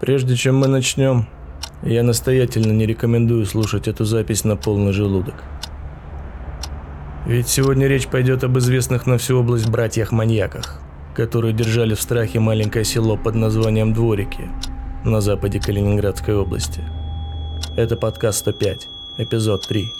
Прежде чем мы начнем, я настоятельно не рекомендую слушать эту запись на полный желудок. Ведь сегодня речь пойдет об известных на всю область братьях-маньяках, которые держали в страхе маленькое село под названием Дворики на западе Калининградской области. Это подкаст 105, эпизод 3.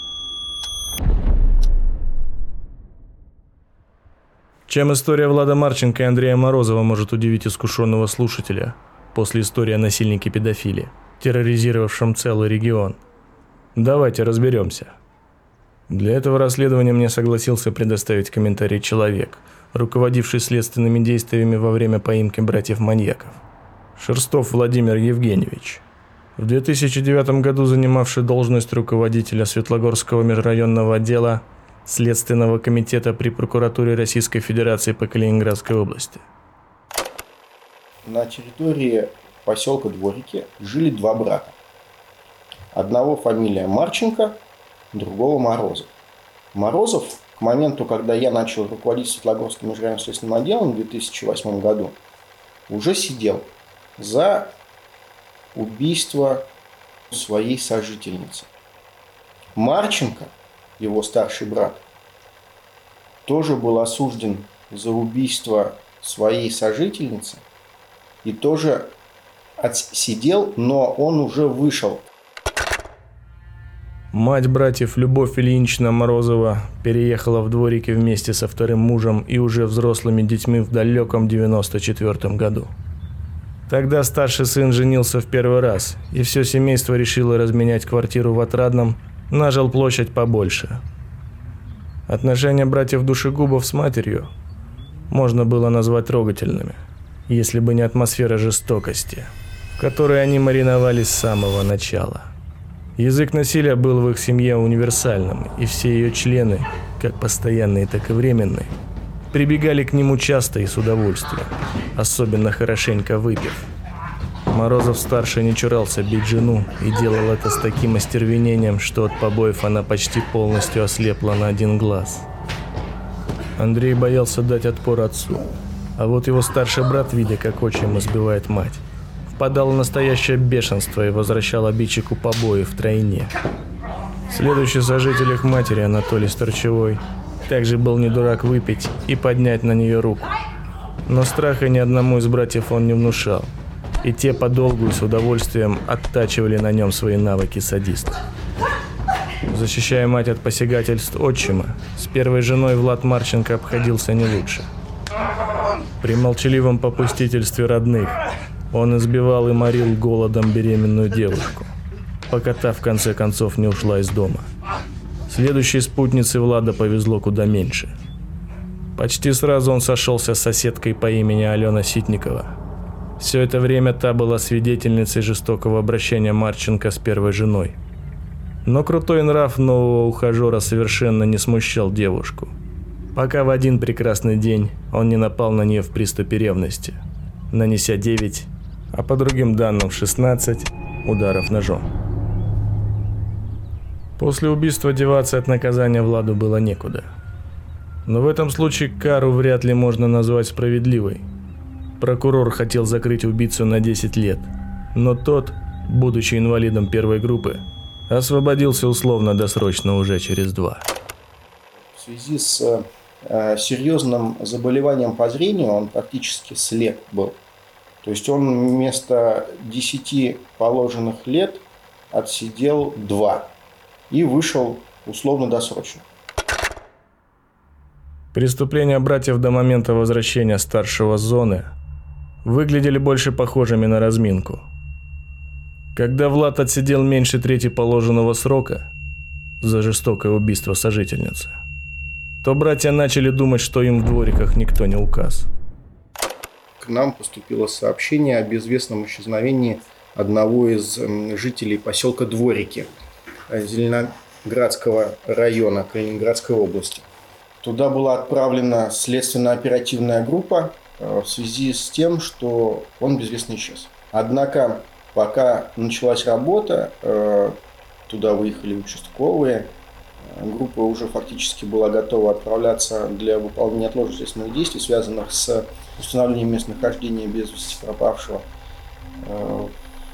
Чем история Влада Марченко и Андрея Морозова может удивить искушенного слушателя после истории о насильнике-педофиле, терроризировавшем целый регион? Давайте разберемся. Для этого расследования мне согласился предоставить комментарий человек, руководивший следственными действиями во время поимки братьев-маньяков. Шерстов Владимир Евгеньевич, в 2009 году занимавший должность руководителя Светлогорского межрайонного отдела Следственного комитета при прокуратуре Российской Федерации по Калининградской области. На территории поселка Дворики жили два брата. Одного фамилия Марченко, другого Морозов. Морозов к моменту, когда я начал руководить Светлогорским межрайонным следственным отделом в 2008 году, уже сидел за убийство своей сожительницы. Марченко, его старший брат, тоже был осужден за убийство своей сожительницы и тоже отсидел, но он уже вышел. Мать братьев Любовь Ильинична Морозова переехала в Дворики вместе со вторым мужем и уже взрослыми детьми в далеком 1994 году. Тогда старший сын женился в первый раз, и все семейство решило разменять квартиру в Отрадном на жилплощадь побольше. Отношения братьев Душегубов с матерью можно было назвать трогательными, если бы не атмосфера жестокости, в которой они мариновались с самого начала. Язык насилия был в их семье универсальным, и все ее члены, как постоянные, так и временные, прибегали к нему часто и с удовольствием, особенно хорошенько выпив. Морозов-старший не чурался бить жену и делал это с таким остервенением, что от побоев она почти полностью ослепла на один глаз. Андрей боялся дать отпор отцу, а вот его старший брат, видя, как отчим избивает мать, впадал в настоящее бешенство и возвращал обидчику побои втройне. Следующий сожитель их матери, Анатолий Старчевой, также был не дурак выпить и поднять на нее руку. Но страха ни одному из братьев он не внушал, и те подолгу и с удовольствием оттачивали на нем свои навыки садиста. Защищая мать от посягательств отчима, с первой женой Влад Марченко обходился не лучше. При молчаливом попустительстве родных он избивал и морил голодом беременную девушку, пока та в конце концов не ушла из дома. Следующей спутнице Влада повезло куда меньше. Почти сразу он сошелся с соседкой по имени Алена Ситникова. Все это время та была свидетельницей жестокого обращения Марченко с первой женой. Но крутой нрав нового ухажера совершенно не смущал девушку, пока в один прекрасный день он не напал на нее в приступе ревности, нанеся 9, а по другим данным 16 ударов ножом. После убийства деваться от наказания Владу было некуда. Но в этом случае кару вряд ли можно назвать справедливой. Прокурор хотел закрыть убийцу на 10 лет, но тот, будучи инвалидом первой группы, освободился условно-досрочно уже через 2. В связи с серьезным заболеванием по зрению он практически слеп был. То есть он вместо 10 положенных лет отсидел 2 и вышел условно-досрочно. Преступления братьев до момента возвращения старшего с зоны выглядели больше похожими на разминку. Когда Влад отсидел меньше трети положенного срока за жестокое убийство сожительницы, то братья начали думать, что им в Двориках никто не указ. К нам поступило сообщение о безвестном исчезновении одного из жителей поселка Дворики Зеленоградского района Калининградской области. Туда была отправлена следственно-оперативная группа в связи с тем, что он безвестно исчез. Однако, пока началась работа, туда выехали участковые, группа уже фактически была готова отправляться для выполнения неотложных следственных действий, связанных с установлением местонахождения без вести пропавшего.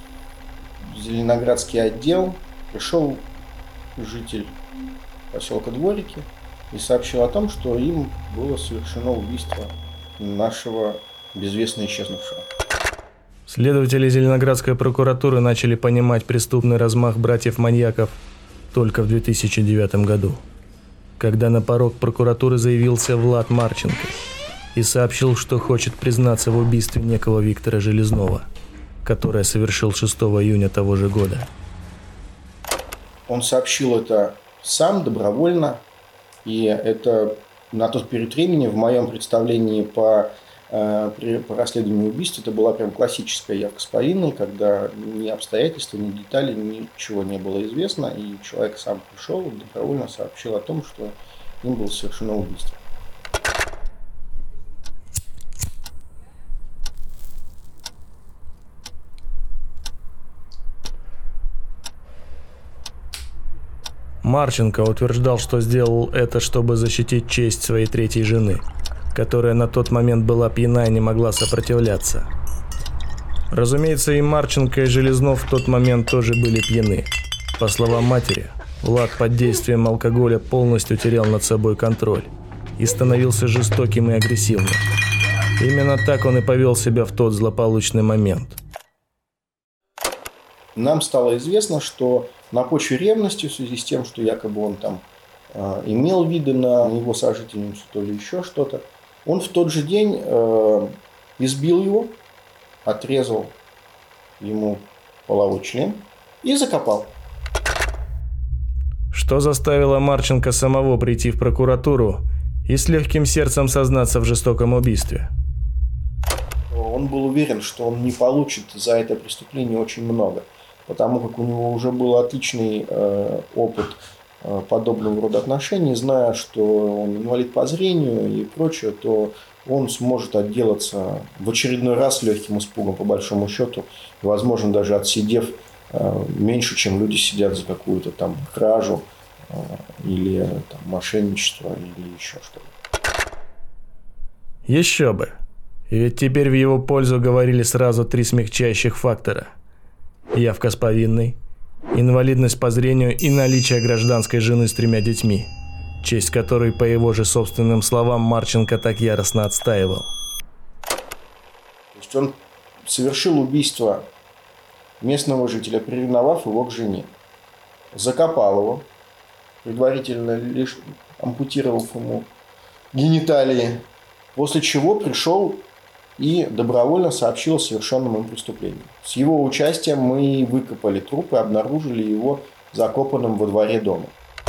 Зеленоградский отдел пришел житель поселка Дворики и сообщил о том, что им было совершено убийство нашего безвестно исчезнувшего. Следователи Зеленоградской прокуратуры начали понимать преступный размах братьев-маньяков только в 2009 году, когда на порог прокуратуры заявился Влад Марченко и сообщил, что хочет признаться в убийстве некого Виктора Железнова, которое совершил 6 июня того же года. Он сообщил это сам, добровольно, и это на тот период времени, в моем представлении по расследованию убийства, это была прям классическая явка с повинной, когда ни обстоятельства, ни детали, ничего не было известно, и человек сам пришел и добровольно сообщил о том, что им было совершено убийство. Марченко утверждал, что сделал это, чтобы защитить честь своей третьей жены, которая на тот момент была пьяна и не могла сопротивляться. Разумеется, и Марченко, и Железнов в тот момент тоже были пьяны. По словам матери, Влад под действием алкоголя полностью терял над собой контроль и становился жестоким и агрессивным. Именно так он и повел себя в тот злополучный момент. Нам стало известно, что на почве ревности, в связи с тем, что якобы он там имел виды на его сожительницу, то ли еще что-то, он в тот же день избил его, отрезал ему половой член и закопал. Что заставило Марченко самого прийти в прокуратуру и с легким сердцем сознаться в жестоком убийстве? Он был уверен, что он не получит за это преступление очень много, потому как у него уже был отличный опыт подобного рода отношений, зная, что он инвалид по зрению и прочее, то он сможет отделаться в очередной раз легким испугом, по большому счету, и, возможно, даже отсидев меньше, чем люди сидят за какую-то там кражу или там, мошенничество или еще что-то. Еще бы. И ведь теперь в его пользу говорили сразу 3 смягчающих фактора: явка с повинной, инвалидность по зрению и наличие гражданской жены с 3 детьми, честь которой, по его же собственным словам, Марченко так яростно отстаивал. То есть он совершил убийство местного жителя, приревновав его к жене, закопал его, предварительно лишь ампутировав ему гениталии, после чего пришел и добровольно сообщил о совершенном им преступлении. С его участием мы выкопали труп и обнаружили его закопанным во дворе дома.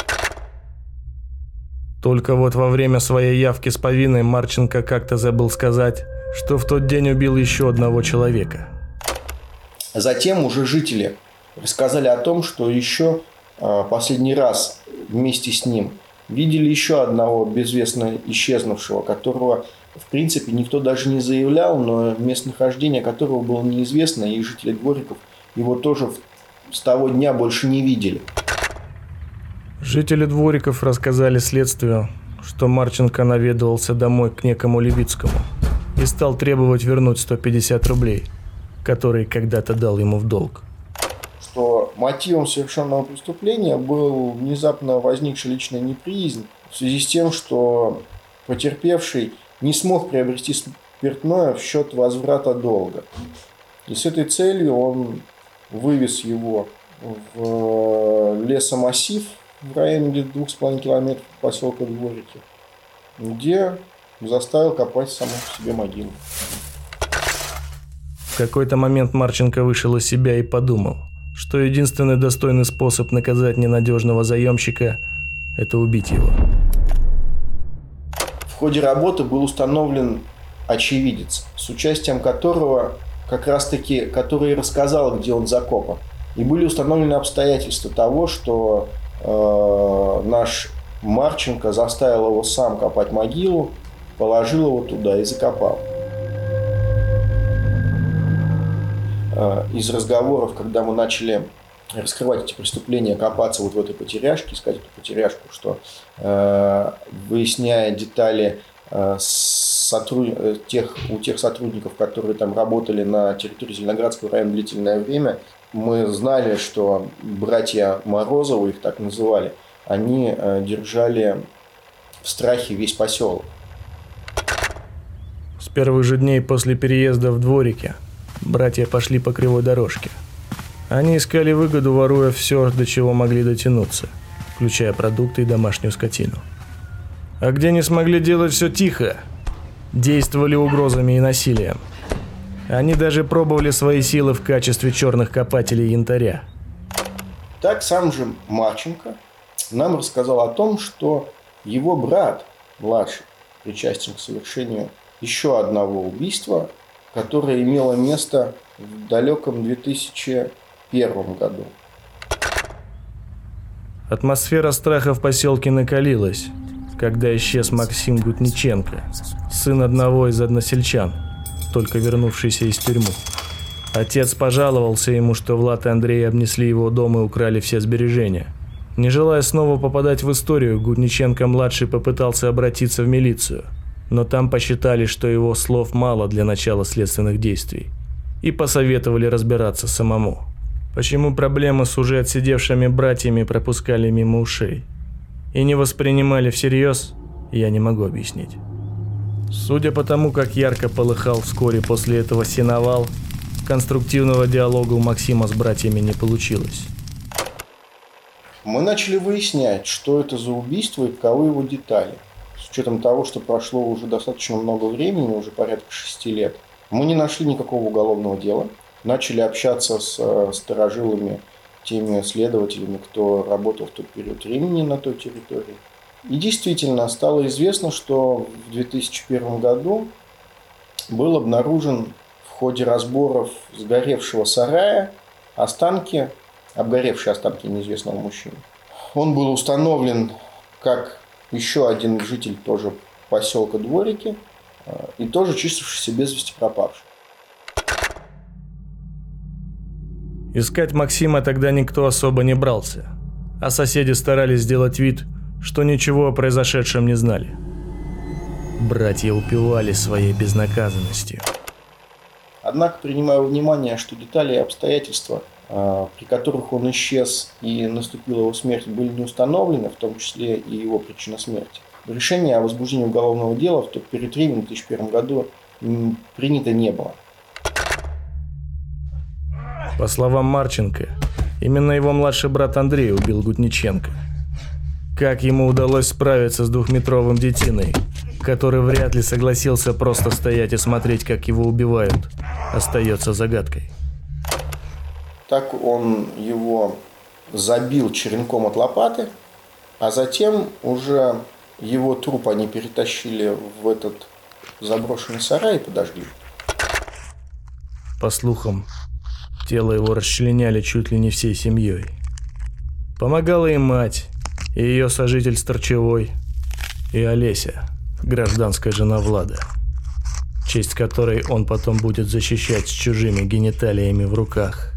Только вот во время своей явки с повинной Марченко как-то забыл сказать, что в тот день убил еще одного человека. Затем уже жители рассказали о том, что еще последний раз вместе с ним видели еще одного безвестно исчезнувшего, которого в принципе никто даже не заявлял, но местонахождение которого было неизвестно, и жители Двориков его тоже с того дня больше не видели. Жители Двориков рассказали следствию, что Марченко наведывался домой к некому Левицкому и стал требовать вернуть 150 рублей, которые когда-то дал ему в долг. Что мотивом совершенного преступления был внезапно возникшая личная неприязнь в связи с тем, что потерпевший не смог приобрести спиртное в счет возврата долга. И с этой целью он вывез его в лесомассив в районе где-то 2,5 километров поселка Дворики, где заставил копать саму себе могилу. В какой-то момент Марченко вышел из себя и подумал, что единственный достойный способ наказать ненадежного заемщика – это убить его. В ходе работы был установлен очевидец, с участием которого как раз-таки, который рассказал, где он закопан. И были установлены обстоятельства того, что наш Марченко заставил его сам копать могилу, положил его туда и закопал. Из разговоров, когда мы начали раскрывать эти преступления, копаться вот в этой потеряшке, искать эту потеряшку, что выясняя детали у тех сотрудников, которые там работали на территории Зеленоградского района длительное время, мы знали, что братья Морозовы, их так называли, они держали в страхе весь поселок. С первых же дней после переезда в дворике братья пошли по кривой дорожке. Они искали выгоду, воруя все, до чего могли дотянуться, включая продукты и домашнюю скотину. А где не смогли делать все тихо, действовали угрозами и насилием. Они даже пробовали свои силы в качестве черных копателей янтаря. Так сам же Марченко нам рассказал о том, что его брат, младший, причастен к совершению еще одного убийства, которое имело место в далеком 2001 году. Атмосфера страха в поселке накалилась, когда исчез Максим Гутниченко, сын одного из односельчан, только вернувшийся из тюрьмы. Отец пожаловался ему, что Влад и Андрей обнесли его дом и украли все сбережения. Не желая снова попадать в историю, Гутниченко-младший попытался обратиться в милицию, но там посчитали, что его слов мало для начала следственных действий, и посоветовали разбираться самому. Почему проблемы с уже отсидевшими братьями пропускали мимо ушей и не воспринимали всерьез, я не могу объяснить. Судя по тому, как ярко полыхал вскоре после этого сеновал, конструктивного диалога у Максима с братьями не получилось. Мы начали выяснять, что это за убийство и каковы его детали. С учетом того, что прошло уже достаточно много времени, уже порядка 6 лет, мы не нашли никакого уголовного дела. Начали общаться с старожилами, теми следователями, кто работал в тот период времени на той территории. И действительно стало известно, что в 2001 году был обнаружен в ходе разборов сгоревшего сарая обгоревшие останки неизвестного мужчины. Он был установлен как еще один житель тоже поселка Дворики и тоже числившийся без вести пропавший. Искать Максима тогда никто особо не брался, а соседи старались сделать вид, что ничего о произошедшем не знали. Братья упивались своей безнаказанностью. Однако, принимая во внимание, что детали и обстоятельства, при которых он исчез и наступила его смерть, были не установлены, в том числе и его причина смерти, решение о возбуждении уголовного дела в тот период времени, в 2001 году, принято не было. По словам Марченко, именно его младший брат Андрей убил Гутниченко. Как ему удалось справиться с двухметровым детиной, который вряд ли согласился просто стоять и смотреть, как его убивают, остается загадкой. Так он его забил черенком от лопаты, а затем уже его труп они перетащили в этот заброшенный сарай и подожгли. По слухам, тело его расчленяли чуть ли не всей семьей. Помогала и мать, и ее сожитель Старчевой, и Олеся, гражданская жена Влада, честь которой он потом будет защищать с чужими гениталиями в руках.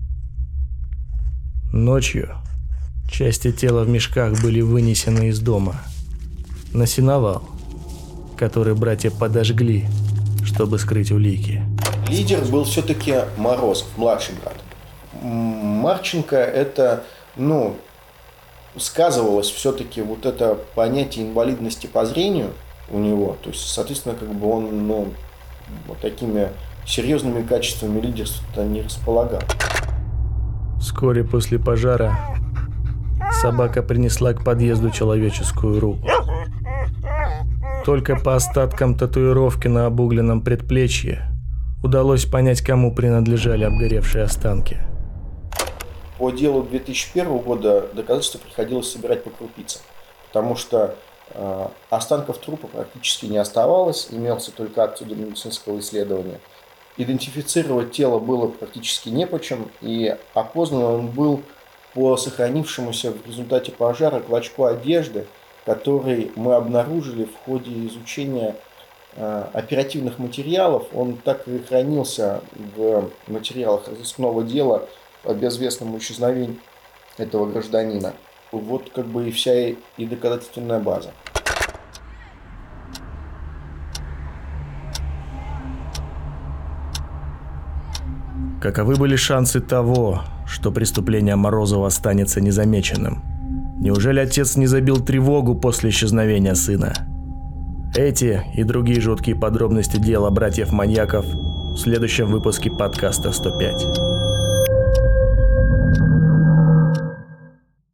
Ночью части тела в мешках были вынесены из дома на сеновал, который братья подожгли, чтобы скрыть улики. Лидер был все-таки Морозов, младший брат. Марченко это, сказывалось все-таки вот это понятие инвалидности по зрению у него. То есть, соответственно, он, вот такими серьезными качествами лидерства не располагал. Вскоре после пожара собака принесла к подъезду человеческую руку. Только по остаткам татуировки на обугленном предплечье удалось понять, кому принадлежали обгоревшие останки. По делу 2001 года доказательства приходилось собирать по крупицам, потому что останков трупа практически не оставалось, имелся только акт судебно-медицинского исследования. Идентифицировать тело было практически не по чем, и опознан он был по сохранившемуся в результате пожара клочку одежды, который мы обнаружили в ходе изучения оперативных материалов. Он так и хранился в материалах разыскного дела по безвестному исчезновению этого гражданина. Вот и вся и доказательственная база. Каковы были шансы того, что преступление Морозова останется незамеченным? Неужели отец не забил тревогу после исчезновения сына? Эти и другие жуткие подробности дела братьев-маньяков в следующем выпуске подкаста «105».